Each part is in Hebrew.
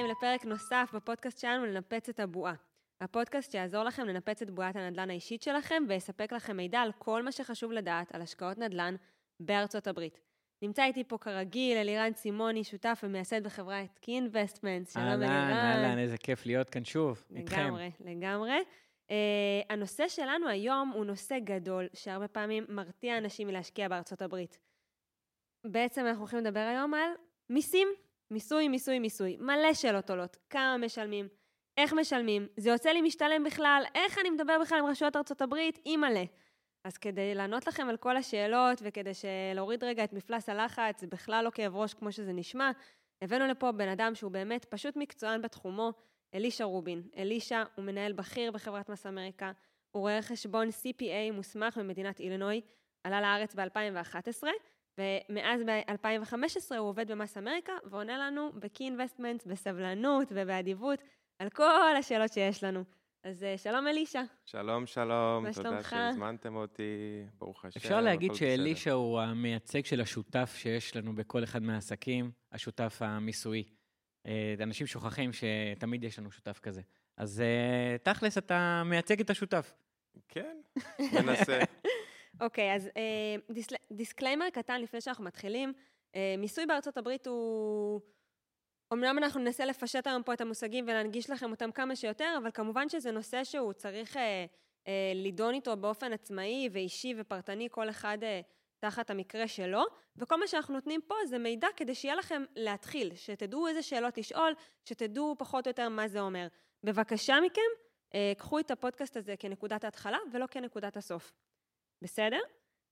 לפרק נוסף בפודקאסט שלנו לנפץ את הבועה. הפודקאסט שיעזור לכם לנפץ את בועת הנדל"ן האישית שלכם ויספק לכם מידע על כל מה שחשוב לדעת על השקעות נדל"ן בארצות הברית. נמצא איתי פה כרגיל אלירן סימוני, שותף ומייסד בחברת קי אינבסטמנטס. שלום אלירן. אהלן, איזה כיף להיות כאן שוב, איתכם. לגמרי. הנושא שלנו היום הוא נושא גדול, שהרבה פעמים מרתיע אנשים מלהשקיע בארצות הברית. בעצם אנחנו הולכים לדבר היום על מיסים. מיסוי. מלא שאלות עולות. כמה משלמים? איך משלמים? זה יוצא לי משתלם בכלל? איך אני מדבר בכלל עם רשויות ארצות הברית? מלא. אז כדי לענות לכם על כל השאלות, וכדי להוריד רגע את מפלס הלחץ, זה בכלל לא כאב ראש כמו שזה נשמע, הבאנו לפה בן אדם שהוא באמת פשוט מקצוען בתחומו, אלישע רובין. אלישע הוא מנהל בכיר בחברת מס אמריקה, הוא רואה חשבון CPA מוסמך במדינת אילינוי, עלה לארץ ב-2011, ומאז ב-2015 הוא עובד במס אמריקה, ועונה לנו בקי אינבסטמנטס, בסבלנות ובאדיבות, על כל השאלות שיש לנו. אז שלום אלישע. שלום. תודה שהזמנתם אותי, ברוך השם. אפשר להגיד שאלישע הוא המייצג של השותף שיש לנו בכל אחד מהעסקים, השותף המיסוי. אנשים שוכחים שתמיד יש לנו שותף כזה. אז תכלס אתה מייצג את השותף. כן, מנסה. אוקיי, אז דיסקליימר קטן לפני שאנחנו מתחילים. מיסוי בארצות הברית הוא... אמנם אנחנו ננסה לפשט היום פה את המושגים ולהנגיש לכם אותם כמה שיותר, אבל כמובן שזה נושא שהוא צריך לדון איתו באופן עצמאי ואישי ופרטני, כל אחד תחת המקרה שלו, וכל מה שאנחנו נותנים פה זה מידע כדי שיהיה לכם להתחיל, שתדעו איזה שאלות לשאול, שתדעו פחות או יותר מה זה אומר. בבקשה מכם, קחו את הפודקאסט הזה כנקודת ההתחלה ולא כנקודת הסוף. בסדר?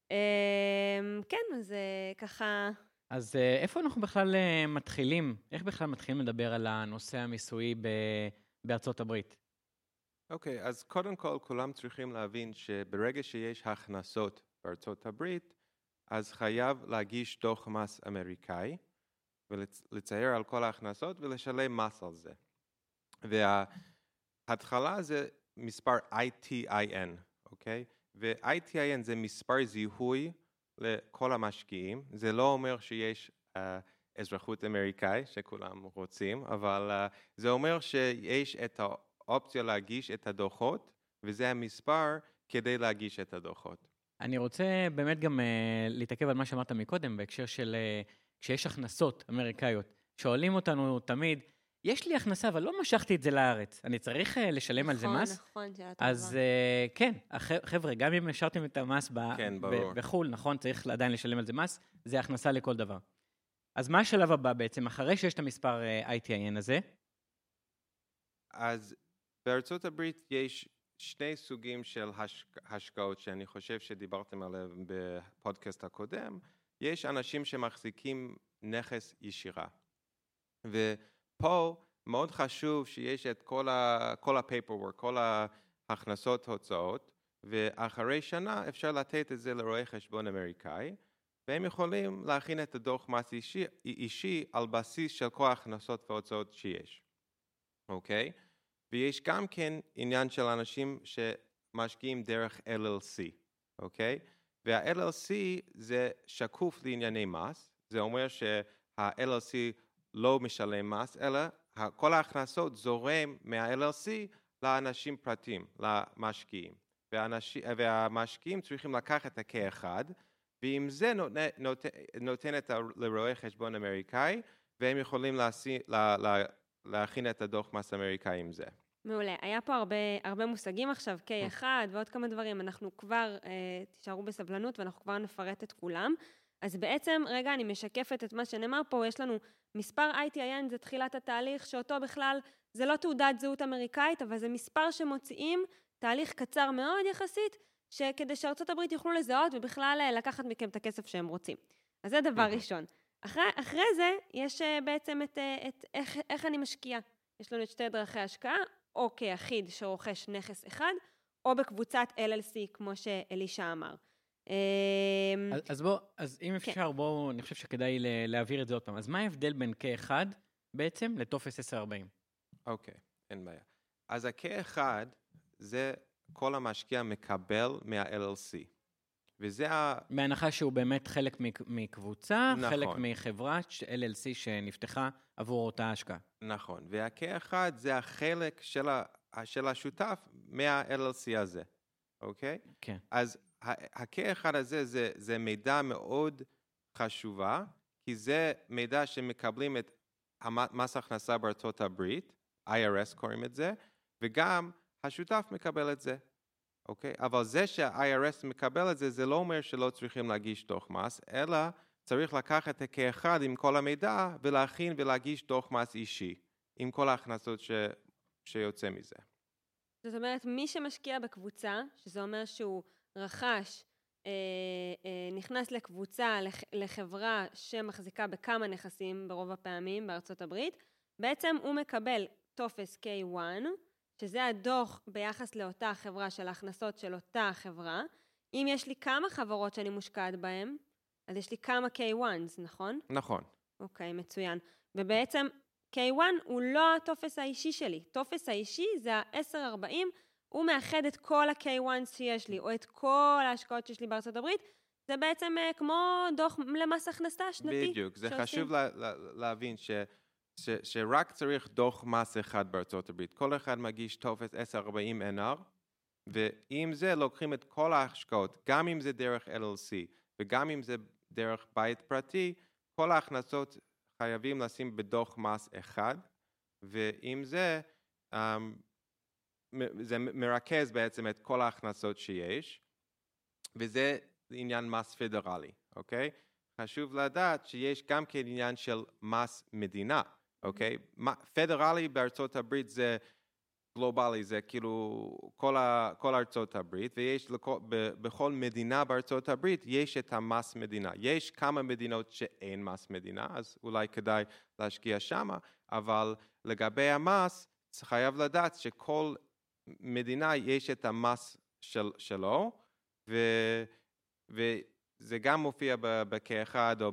כן, אז ככה... אז איפה אנחנו בכלל מתחילים? איך בכלל מתחילים לדבר על הנושא המיסויי בארצות הברית? אוקיי, אז קודם כל, כולם צריכים להבין שברגע שיש הכנסות בארצות הברית, אז חייב להגיש דוח מס אמריקאי, ולצייר על כל ההכנסות ולשלם מס על זה. וההתחלה זה מספר ITIN, אוקיי? ו-ITIN זה מספר זיהוי לכל המשקיעים. זה לא אומר שיש אזרחות אמריקאי שכולם רוצים, אבל זה אומר שיש את האופציה להגיש את הדוחות, וזה המספר כדי להגיש את הדוחות. אני רוצה באמת גם להתעכב על מה שאמרת מקודם, בהקשר של כשיש הכנסות אמריקאיות, שואלים אותנו תמיד, יש לי הכנסה, אבל לא משכתי את זה לארץ. אני צריך לשלם על זה מס? נכון, שאלה טובה. אז כן, חבר'ה, גם אם השארתם את המס בחול, נכון, צריך עדיין לשלם על זה מס, זה הכנסה לכל דבר. אז מה השלב הבא בעצם, אחרי שיש את המספר ITIN הזה? אז בארצות הברית יש שני סוגים של השקעות שאני חושב שדיברתם עליהם בפודקאסט הקודם. יש אנשים שמחזיקים נכס ישירה. ופה מאוד חשוב שיש את כל ה-paperwork, כל ההכנסות הוצאות, ואחרי שנה אפשר לתת את זה לרואי חשבון אמריקאי, והם יכולים להכין את הדוח מס אישי על בסיס של כל ההכנסות וההוצאות שיש. אוקיי? ויש גם כן עניין של אנשים שמשקיעים דרך LLC, אוקיי? וה-LLC זה שקוף לענייני מס, זה אומר שה-LLC לא משלם מס, אלא כל ההכנסות זורם מה-LLC לאנשים פרטיים, למשקיעים. והמשקיעים צריכים לקחת את ה-K1, ועם זה נותן את לרואי חשבון אמריקאי, והם יכולים להכין את הדוח מס אמריקאי עם זה. מעולה. היה פה הרבה מושגים עכשיו, K1 ועוד כמה דברים. אנחנו כבר, תישארו בסבלנות ואנחנו כבר נפרט את כולם. אז בעצם, רגע, אני משקפת את מה שנאמר פה, יש לנו מספר ITIN, זה תחילת התהליך, שאותו בכלל, זה לא תעודת זהות אמריקאית, אבל זה מספר שמוציאים, תהליך קצר מאוד יחסית, שכדי שארצות הברית יוכלו לזהות, ובכלל לקחת מכם את הכסף שהם רוצים. אז זה דבר ראשון. אחרי זה, יש בעצם את איך אני משקיע. יש לנו את שתי דרכי השקעה, או כיחיד שרוכש נכס אחד, או בקבוצת LLC, כמו שאלישע אמר. אז אם אפשר, בואו, אני חושב שכדאי להעביר את זה עוד פעם. אז מה ההבדל בין K1 בעצם לטופס 1040? אוקיי, אין בעיה. אז ה-K1 זה כל המשקיע מקבל מה-LLC. וזה בהנחה שהוא באמת חלק מקבוצה, נכון. חלק מחברה LLC שנפתחה עבור אותה השקעה. נכון, וה-K1 זה החלק של השותף מה-LLC הזה, אוקיי? כן. אז ה-K1 הזה זה מידע מאוד חשובה, כי זה מידע שמקבלים את מס הכנסה בארצות הברית, IRS קוראים את זה, וגם השותף מקבל את זה, אוקיי? אבל זה שה-IRS מקבל את זה, זה לא אומר שלא צריכים להגיש דוח מס, אלא צריך לקחת את ה-K1 עם כל המידע ולהכין ולהגיש דוח מס אישי, עם כל ההכנסות שיוצא מזה. זאת אומרת, מי שמשקיע בקבוצה, שזה אומר שהוא רכש, נכנס לקבוצה, לחברה שמחזיקה בכמה נכסים ברוב הפעמים בארצות הברית, בעצם הוא מקבל טופס K1, שזה הדוח ביחס לאותה חברה של ההכנסות של אותה חברה. אם יש לי כמה חברות שאני מושקעת בהן, אז יש לי כמה K1s, נכון? נכון. אוקיי, מצוין. ובעצם K1 הוא לא הטופס האישי שלי. טופס האישי זה ה-1040, הוא מאחד את כל ה-K1s שיש לי, או את כל ההשקעות שיש לי בארצות הברית. זה בעצם כמו דוח למס הכנסה שנתי. בדיוק, זה חשוב להבין שרק צריך דוח מס אחד בארצות הברית. כל אחד מגיש טופס 1040 NR, ועם זה לוקחים את כל ההשקעות, גם אם זה דרך LLC, וגם אם זה דרך בית פרטי, כל ההכנסות חייבים לשים בדוח מס אחד, ועם זה, זה מרכז בעצם את כל ההכנסות שיש, וזה עניין מס פדרלי, אוקיי? חשוב לדעת שיש גם כן עניין של מס מדינה, אוקיי? פדרלי בארצות הברית זה גלובלי, זה כאילו כל ארצות הברית, ויש בכל מדינה בארצות הברית יש את המס מדינה. יש כמה מדינות שאין מס מדינה, אז אולי כדאי להשקיע שמה, אבל לגבי המס, חייב לדעת שכל מדינה יש את המס שלו, וזה גם מופיע ב-K1 או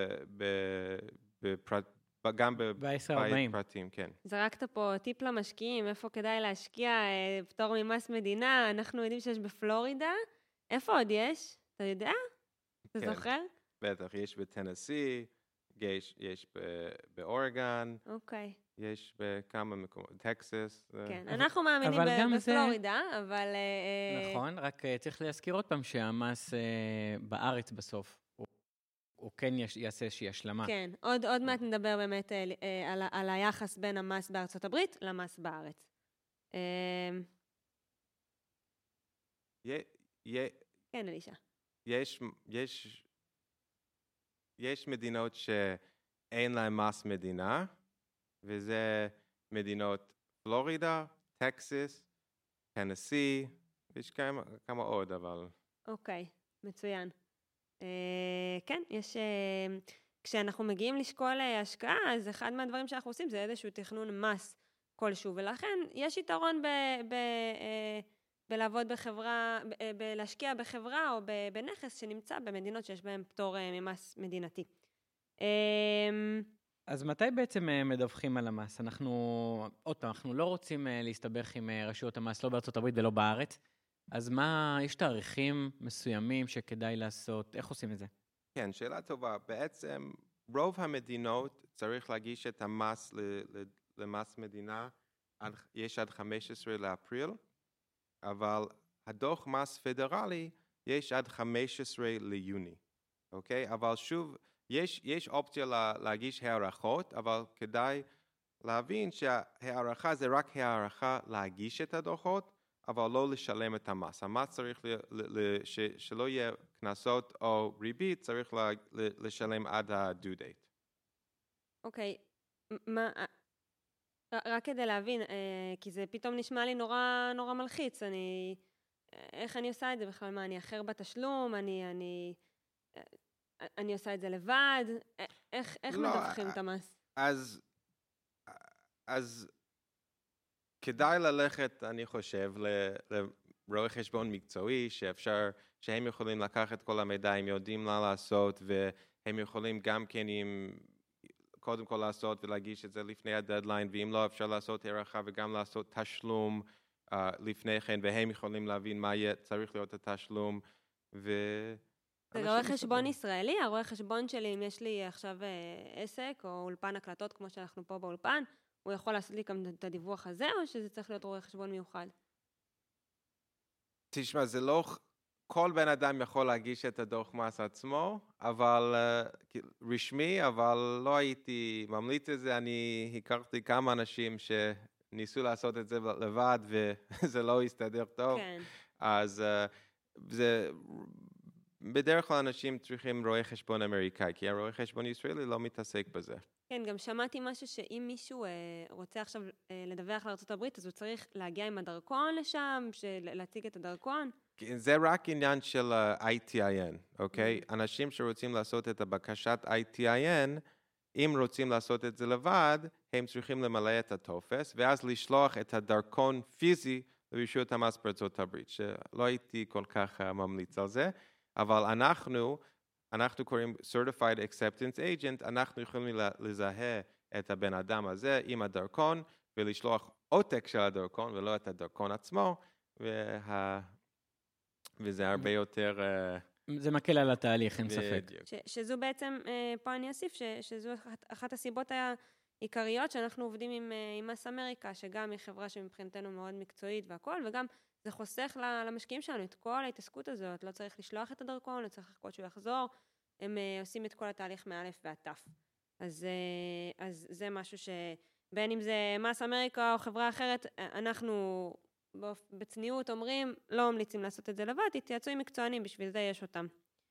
גם בבית פרטים, כן. זרקת פה טיפ למשקיעים, איפה כדאי להשקיע פטור ממס מדינה, אנחנו יודעים שיש בפלורידה, איפה עוד יש? אתה יודע? אתה זוכר? בטח, יש בטנסי, יש באורגון, יש בכמה מקומות, טקסס. כן, אנחנו מאמינים בפלורידה, אבל... נכון, רק צריך להזכיר עוד פעם שהמס בארץ בסוף, הוא כן יעשה איזושהי השלמה. כן, עוד מעט נדבר באמת על היחס בין המס בארצות הברית למס בארץ. כן, אלישע. יש מדינות שאין להן מס מדינה, וזה מדינות פלורידה, טקסס, טנסי, יש כמה עוד, אבל... אוקיי, מצוין. כן, יש... כשאנחנו מגיעים לשקול השקעה, אז אחד מהדברים שאנחנו עושים זה איזשהו תכנון מס כלשהו, ולכן יש יתרון בלעבוד בחברה, בלהשקיע בחברה או בנכס שנמצא במדינות שיש בהן פטור ממס מדינתי. אז מתי בעצם מדווחים על המס? עוד פעם, אנחנו לא רוצים להסתבך עם רשויות המס, לא בארצות הברית ולא בארץ, אז מה, יש תאריכים מסוימים שכדאי לעשות, איך עושים את זה? כן, שאלה טובה. בעצם רוב המדינות צריך להגיש את המס למס מדינה, יש עד 15 לאפריל, אבל הדוח מס פדרלי יש עד 15 ליוני, אוקיי? אבל שוב, יש אופציה להגיש הערכות, אבל כדאי להבין שההערכה זה רק הערכה להגיש את הדוחות, אבל לא לשלם את המס. המס צריך שלא יהיה כנסות או ריבית, צריך לשלם עד ה-due date. אוקיי, רק כדי להבין, כי זה פתאום נשמע לי נורא מלחיץ, איך אני עושה את זה בכלל? מה, אני אחר בתשלום? אני עושה את זה לבד? איך מדווחים את המס? אז כדאי ללכת, אני חושב, לרואה חשבון מקצועי, שהם יכולים לקחת כל המידע, הם יודעים מה לעשות, והם יכולים גם כן קודם כל לעשות ולהגיש את זה לפני הדדליין, ואם לא אפשר לעשות הערכה וגם לעשות תשלום לפני כן, והם יכולים להבין מה צריך להיות התשלום, זה רואה חשבון ישראלי? הרואה חשבון שלי, אם יש לי עכשיו עסק או אולפן הקלטות, כמו שאנחנו פה באולפן, הוא יכול לעשות לי גם את הדיווח הזה, או שזה צריך להיות רואה חשבון מיוחד? תשמע, זה לא כל בן אדם יכול להגיש את הדוח מס עצמו, אבל רשמי, אבל לא הייתי ממליץ את זה. אני הכרתי כמה אנשים שניסו לעשות את זה לבד, וזה לא הסתדר טוב. כן. אז זה... בדרך כלל אנשים צריכים רואה חשבון אמריקאי, כי הרואה חשבון ישראלי לא מתעסק בזה. כן, גם שמעתי משהו שאם מישהו רוצה עכשיו לדווח לארצות הברית, אז הוא צריך להגיע עם הדרכון לשם, להציג את הדרכון. זה רק עניין של ITIN, אוקיי? אנשים שרוצים לעשות את הבקשת ITIN, אם רוצים לעשות את זה לבד, הם צריכים למלא את הטופס, ואז לשלוח את הדרכון פיזי לרשות המס בארצות הברית, שלא הייתי כל כך ממליץ על זה, אבל אנחנו קוראים Certified Acceptance Agent, אנחנו יכולים לזהה את הבן אדם הזה עם הדרכון, ולשלוח עותק של הדרכון, ולא את הדרכון עצמו, וזה הרבה יותר... זה מקל על התהליך, אין ספק. שזו בעצם, פה אני אוסיף, שזו אחת הסיבות העיקריות שאנחנו עובדים עם מס אמריקה, שגם היא חברה שמבחינתנו מאוד מקצועית והכל, וגם זה חוסך למשקיעים שלנו את כל ההתעסקות הזאת, לא צריך לשלוח את הדרכון, לא צריך לחכות שהוא יחזור, הם עושים את כל התהליך מאלף ועד תף. אז זה משהו שבין אם זה מס אמריקה או חברה אחרת, אנחנו בצניעות אומרים, לא ממליצים לעשות את זה לבד, תתייעצו עם מקצוענים, בשביל זה יש אותם.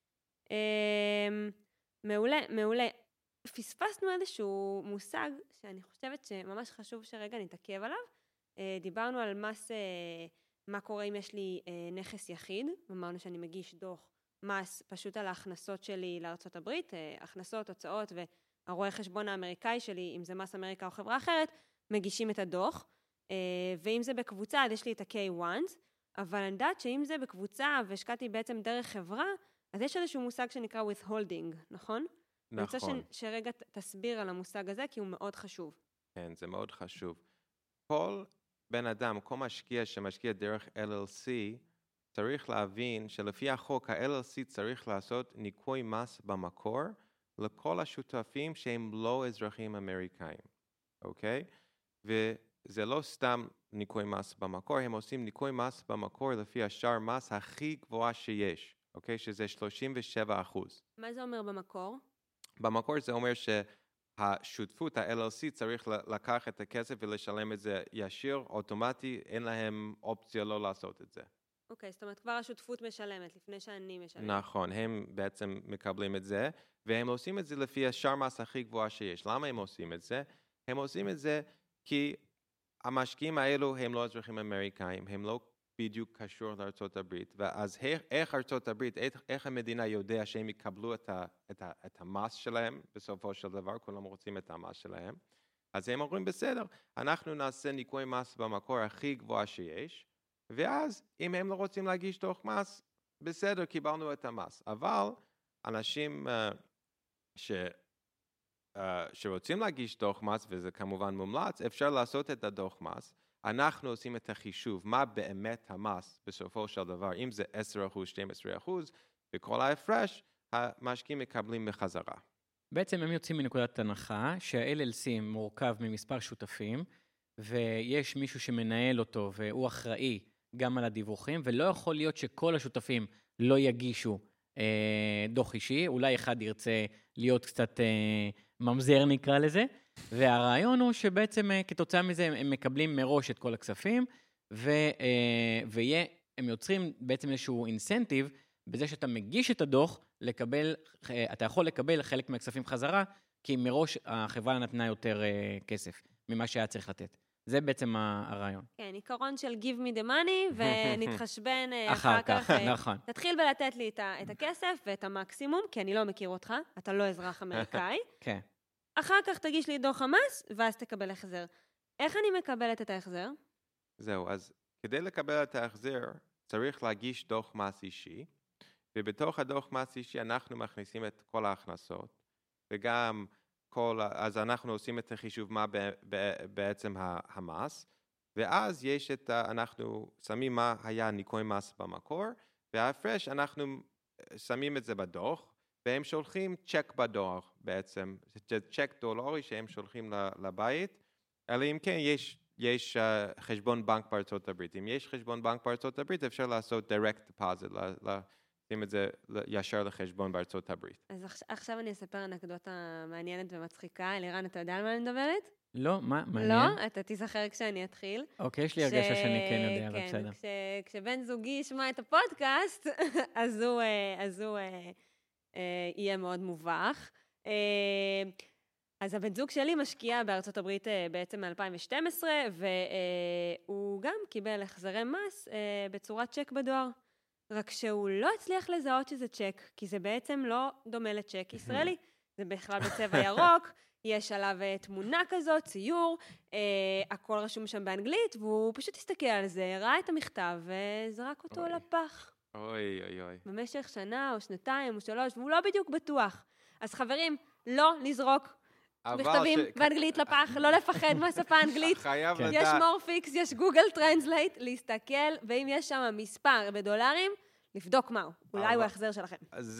מעולה. פספסנו איזשהו מושג שאני חושבת שממש חשוב שרגע נתעכב עליו. דיברנו על מה קורה אם יש לי נכס יחיד, אמרנו שאני מגיש דוח מס פשוט על ההכנסות שלי לארצות הברית, הכנסות, הוצאות והרואה חשבון האמריקאי שלי, אם זה מס אמריקה או חברה אחרת, מגישים את הדוח, ואם זה בקבוצה, אז יש לי את ה-K1, אבל אני יודעת שאם זה בקבוצה והשקעתי בעצם דרך חברה, אז יש איזשהו מושג שנקרא withholding, נכון? אני רוצה שרגע תסביר על המושג הזה, כי הוא מאוד חשוב. כן, זה מאוד חשוב. כל בן אדם, כל משקיע שמשקיע דרך LLC, צריך להבין שלפי החוק, ה-LLC צריך לעשות ניכוי מס במקור לכל השותפים שהם לא אזרחים אמריקאים, אוקיי? וזה לא סתם ניכוי מס במקור, הם עושים ניכוי מס במקור לפי השער מס הכי גבוהה שיש, אוקיי? שזה 37%. מה זה אומר במקור? במקור זה אומר שהשותפות, ה-LLC, צריך לקח את הכסף ולשלם את זה ישיר, אוטומטי, אין להם אופציה לא לעשות את זה. אוקיי, זאת אומרת, כבר השותפות משלמת, לפני שאני משלמת. נכון, הם בעצם מקבלים את זה, והם עושים את זה לפי השער מס הכי גבוהה שיש. למה הם עושים את זה? הם עושים את זה כי המשקיעים האלו הם לא אזרחים אמריקאים, הם לא בדיוק קשור לארצות הברית, ואז איך ארצות הברית, איך המדינה יודע שהם יקבלו את המס שלהם בסופו של דבר, כולם רוצים את המס שלהם, אז הם אומרים בסדר, אנחנו נעשה ניכוי מס במקור הכי גבוה שיש, ואז אם הם לא רוצים להגיש דוח מס, בסדר, קיבלנו את המס, אבל אנשים שרוצים להגיש דוח מס, וזה כמובן מומלץ, אפשר לעשות את הדוח מס, אנחנו עושים את החישוב, מה באמת המס בסופו של דבר, אם זה 10%, 12%, וכל ההפרש, המשקיעים מקבלים בחזרה. בעצם הם יוצאים מנקודת הנחה שה-LLC מורכב ממספר שותפים, ויש מישהו שמנהל אותו, והוא אחראי גם על הדיווחים, ולא יכול להיות שכל השותפים לא יגישו דוח אישי, אולי אחד ירצה להיות קצת ממזר נקרא לזה, והרעיון הוא שבעצם כתוצאה מזה הם מקבלים מראש את כל הכספים, והם יוצרים בעצם איזשהו אינסנטיב, בזה שאתה מגיש את הדוח, אתה יכול לקבל חלק מהכספים חזרה, כי מראש החברה נתנה יותר כסף ממה שהיה צריך לתת. זה בעצם הרעיון. כן, עיקרון של give me the money, ונתחשבן אחר כך. נכון. תתחיל בלתת לי את הכסף ואת המקסימום, כי אני לא מכיר אותך, אתה לא אזרח אמריקאי. כן. אחר כך תגיש לי דוח המס, ואז תקבל החזר. איך אני מקבלת את ההחזר? זהו, אז כדי לקבל את ההחזר, צריך להגיש דוח מס אישי, ובתוך הדוח מס אישי אנחנו מכניסים את כל ההכנסות, וגם אז אנחנו עושים את החישוב מה בעצם המס, ואז אנחנו שמים מה היה ניכוי מס במקור, וההפרש אנחנו שמים את זה בדוח, והם שולחים צ'ק בדואר בעצם, זה צ'ק דולרי שהם שולחים לבית, אלא אם כן יש חשבון בנק בארצות הברית. אם יש חשבון בנק בארצות הברית, אפשר לעשות direct deposit, לשים את זה ישר לחשבון בארצות הברית. אז עכשיו אני אספר אנקדוטה מעניינת ומצחיקה. אלירן, אתה יודע על מה אני מדברת? לא, מה? מעניין? לא? אתה תיזכר כשאני אתחיל. אוקיי, יש לי הרגשה שאני כן יודע, אבל בסדר. כשבן זוגי ישמע את הפודקאסט, אז הוא יהיה מאוד מובך. אז הבן זוג שלי משקיע בארצות הברית בעצם מ-2012, והוא גם קיבל החזרי מס בצורת צ'ק בדואר. רק שהוא לא הצליח לזהות שזה צ'ק, כי זה בעצם לא דומה לצ'ק ישראלי. זה בכלל בצבע ירוק, יש עליו תמונה כזאת, ציור, הכל רשום שם באנגלית, והוא פשוט הסתכל על זה, ראה את המכתב וזרק אותו לפח. אוי, אוי, אוי. במשך שנה או שנתיים או 3, והוא לא בדיוק בטוח. אז חברים, לא לזרוק מכתבים באנגלית לפח, לא לפחד מהשפה האנגלית. חייב לדעת. יש מורפיקס, יש גוגל טרנסלייט, להסתכל, ואם יש שם מספר בדולרים, לבדוק מהו. אולי הוא ההחזר שלכם.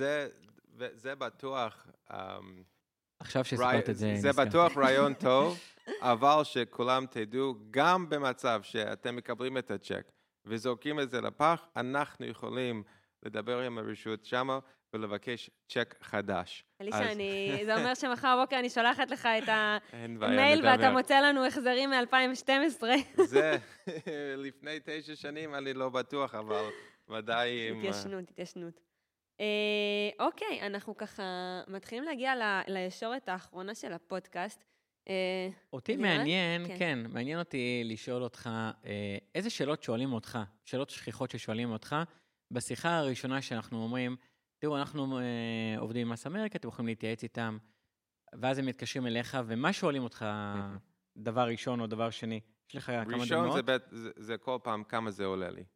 זה בטוח... עכשיו שספרת את זה, זה בטוח רעיון טוב, אבל שכולם תדעו, גם במצב שאתם מקבלים את הצ'ק וזורקים את זה לפח, אנחנו יכולים לדבר עם הרשות שמה ולבקש צ'ק חדש. אלישע, זה אומר שמחר בבוקר אני שולחת לך את המייל ואתה מוצא לנו החזרים מ-2012. זה לפני 9 שנים, אני לא בטוח, אבל ודאי עם... התיישנות. אוקיי, אנחנו ככה מתחילים להגיע לישורת האחרונה של הפודקאסט. אותי מעניין, כן, מעניין אותי לשאול אותך, איזה שאלות שואלים אותך, שאלות שכיחות ששואלים אותך, בשיחה הראשונה שאנחנו אומרים, תראו, אנחנו עובדים עם מס אמריקה, אתם יכולים להתייעץ איתם, ואז הם מתקשרים אליך, ומה שואלים אותך דבר ראשון או דבר שני? יש לך כמה דוגמאות? ראשון זה כל פעם כמה זה עולה לי.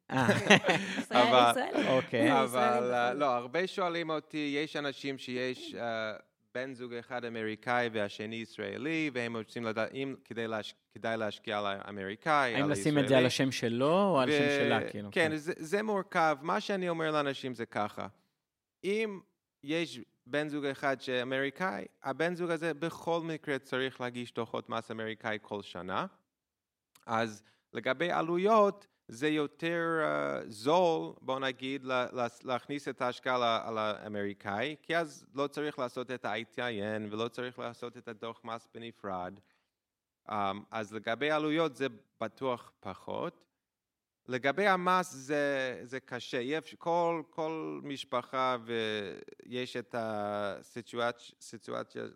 ישראלי. אוקיי. אבל לא, הרבה שואלים אותי, יש אנשים שיש בן זוג אחד אמריקאי והשני ישראלי, והם רוצים לדעת אם כדאי להשקיע על האמריקאי, האם לשים את זה על השם שלו או על השם שלה? כן, זה מורכב. מה שאני אומר לאנשים זה ככה. אם יש בן זוג אחד שאמריקאי, הבן זוג הזה בכל מקרה צריך להגיש דוחות מס אמריקאי כל שנה. אז לגבי עלויות, זה יותר זול, בוא נגיד, להכניס את ההשקעה על האמריקאי, כי אז לא צריך לעשות את ה-ITIN ולא צריך לעשות את הדוח מס בנפרד. אז לגבי עלויות זה בטוח פחות. לגבי המס זה קשה. כל משפחה ויש את הסיטואציה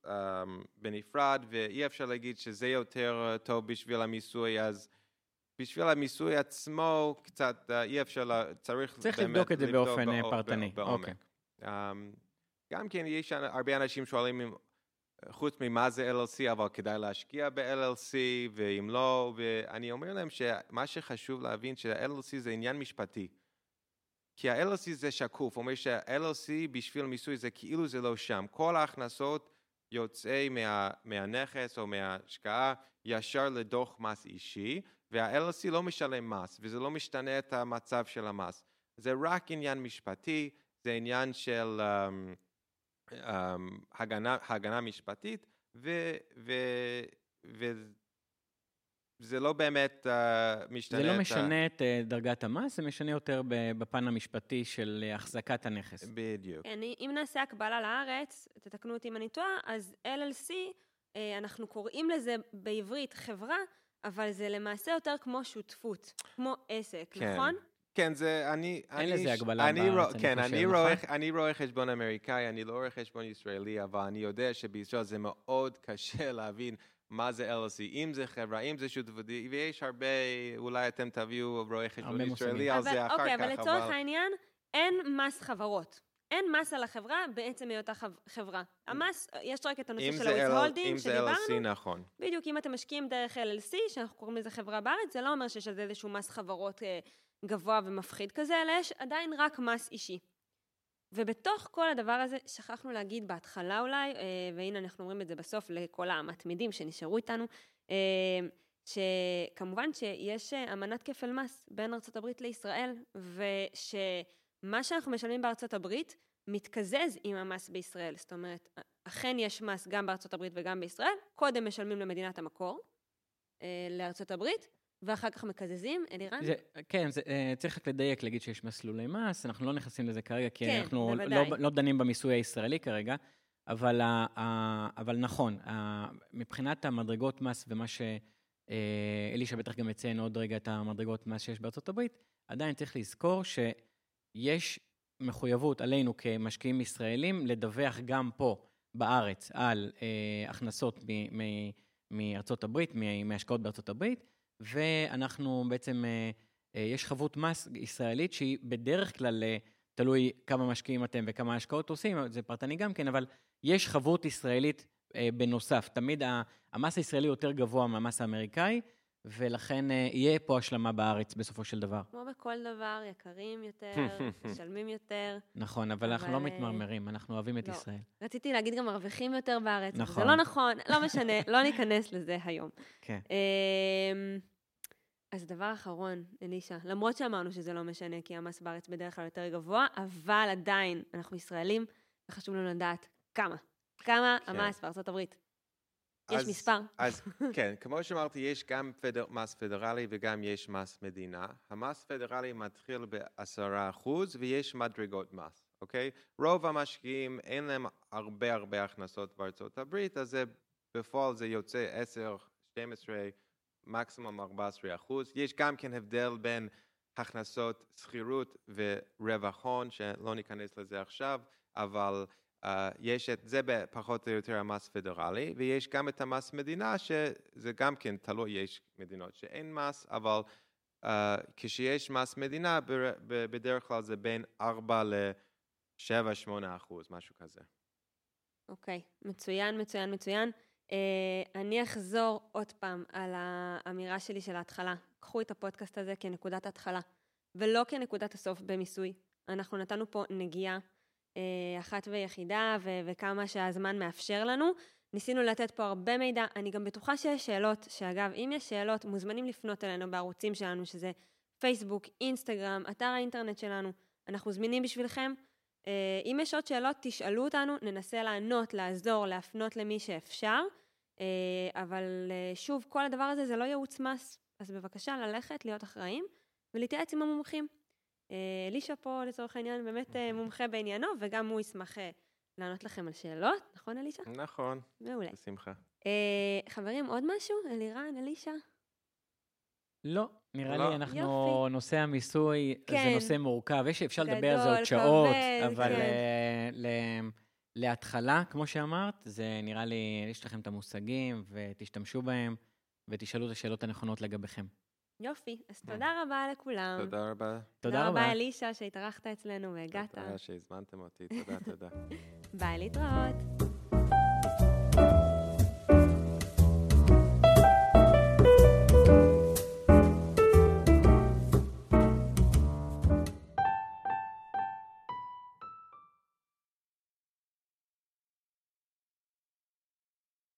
בנפרד, ואי אפשר להגיד שזה יותר טוב בשביל המיסוי, אז בשביל המיסוי עצמו קצת אי אפשר, צריך לבדוק את זה באופן פרטני. בעומק. גם כן יש הרבה אנשים שואלים חוץ ממה זה LLC, אבל כדאי להשקיע ב-LLC, ואם לא, ואני אומר להם שמה שחשוב להבין שה-LLC זה עניין משפטי. כי ה-LLC זה שקוף, אומר שה-LLC בשביל מיסוי זה כאילו זה לא שם. כל ההכנסות יוצאי מהנכס או מההשקעה ישר לדוח מס אישי, וה-LLC לא משלם מס, וזה לא משתנה את המצב של המס. זה רק עניין משפטי, זה עניין של הגנה משפטית, וזה לא באמת משתנה. זה לא משנה את דרגת המס, זה משנה יותר בפן המשפטי של החזקת הנכס. בדיוק. אם נעשה הקבלה לארץ, תתקנו אותי אם אני טועה, אז LLC, אנחנו קוראים לזה בעברית חברה, אבל זה למעשה יותר כמו שותפות, כמו עסק, נכון? כן, זה, אין לזה הגבלה בארץ, כן, אני רואה חשבון אמריקאי, אני לא רואה חשבון ישראלי, אבל אני יודע שבישראל זה מאוד קשה להבין מה זה LLC, אם זה חברה, אם זה שותפות, ויש הרבה, אולי אתם תביאו רואה חשבון ישראלי על זה אחר כך, אבל לצורך העניין, אין מס חברות. אין מס על החברה בעצם היותה חברה. המס, יש רק את הנושא של ה-withholding אם זה LLC, נכון. בדיוק, אם אתם משקיעים דרך LLC, שאנחנו קוראים לזה חברה בארץ, זה לא אומר שיש על זה איזשהו מס חברות גבוה ומפחיד כזה, אלא יש עדיין רק מס אישי. ובתוך כל הדבר הזה, שכחנו להגיד בהתחלה אולי, והנה אנחנו אומרים את זה בסוף לכל המתמידים שנשארו איתנו, שכמובן שיש אמנת כפל מס בין ארצות הברית לישראל, מה שאנחנו משלמים בארצות הברית מתקזז עם המס בישראל. זאת אומרת, אכן יש מס גם בארצות הברית וגם בישראל, קודם משלמים למדינת המקור, לארצות הברית, ואחר כך מקזזים, אלירן? כן, צריך רק לדייק, להגיד שיש מסלולי מס, אנחנו לא נכנסים לזה כרגע, כי כן, אנחנו בוודאי. לא דנים במיסוי הישראלי כרגע, אבל נכון, מבחינת המדרגות מס ומה שאלישה בטח גם מציין עוד רגע את המדרגות מס שיש בארצות הברית, עדיין צריך לזכור שיש מחויבות עלינו כמשקיעים ישראלים לדווח גם פה בארץ על הכנסות מארצות הברית, מהשקעות בארצות הברית, ואנחנו בעצם, יש חבות מס ישראלית שהיא בדרך כלל תלוי כמה משקיעים אתם וכמה השקעות עושים, זה פרטני גם כן, אבל יש חבות ישראלית בנוסף. תמיד המס הישראלי יותר גבוה מהמס האמריקאי, ולכן יהיה פה השלמה בארץ בסופו של דבר. כמו בכל דבר, יקרים יותר, משלמים יותר. נכון, אבל אנחנו לא מתמרמרים, אנחנו אוהבים את ישראל. רציתי להגיד גם מרוויחים יותר בארץ, נכון. זה לא נכון, לא משנה, לא ניכנס לזה היום. כן. אז דבר אחרון, אלישה, למרות שאמרנו שזה לא משנה, כי המס בארץ בדרך כלל יותר גבוה, אבל עדיין אנחנו ישראלים, וחשוב לנו לדעת כמה המס בארצות הברית. יש מספר? אז כן, כמו שאמרתי, יש גם מס פדרלי וגם יש מס מדינה. המס פדרלי מתחיל ב10% ויש מדרגות מס, אוקיי? רוב המשקיעים אין להם הרבה הכנסות בארצות הברית, אז בפועל זה יוצא 10, 12, מקסימום 14%. יש גם כן הבדל בין הכנסות שכירות ורווח הון, שלא ניכנס לזה עכשיו, אבל יש את זה פחות או יותר המס פדרלי, ויש גם את המס מדינה, שזה גם כן תלוי, יש מדינות שאין מס, אבל כשיש מס מדינה, בדרך כלל זה בין 4 ל-7-8%, משהו כזה. אוקיי, מצוין. אני אחזור עוד פעם על האמירה שלי של ההתחלה. קחו את הפודקאסט הזה כנקודת התחלה, ולא כנקודת הסוף במיסוי. אנחנו נתנו פה נגיעה אחת ויחידה, וכמה שהזמן מאפשר לנו. ניסינו לתת פה הרבה מידע. אני גם בטוחה שיש שאלות, שאגב, אם יש שאלות, מוזמנים לפנות אלינו בערוצים שלנו, שזה פייסבוק, אינסטגרם, אתר האינטרנט שלנו. אנחנו זמינים בשבילכם. אם יש עוד שאלות, תשאלו אותנו, ננסה לענות, לעזור, להפנות למי שאפשר. אבל שוב, כל הדבר הזה זה לא ייעוץ מס. אז בבקשה ללכת, להיות אחראים, ולהתייעץ עם המומחים. אלישה פה לצורך העניין באמת מומחה בעניינו, וגם הוא ישמח לענות לכם על שאלות, נכון אלישה? נכון. מעולה. בשמחה. חברים, עוד משהו? אלירן, אלישה? לא, נראה לא. לי אנחנו, יופי. נושא המיסוי, כן. זה נושא מורכב, אפשר לדבר על זה גדול, עוד שעות, כבד, אבל כן. להתחלה, כמו שאמרת, זה נראה לי, יש לכם את המושגים, ותשתמשו בהם, ותשאלו את השאלות הנכונות לגביכם. יופי, אז תודה רבה לכולם. תודה רבה. תודה רבה. אלישה שהתארחת אצלנו והגעת. תודה שהזמנתם אותי, תודה. ביי, להתראות.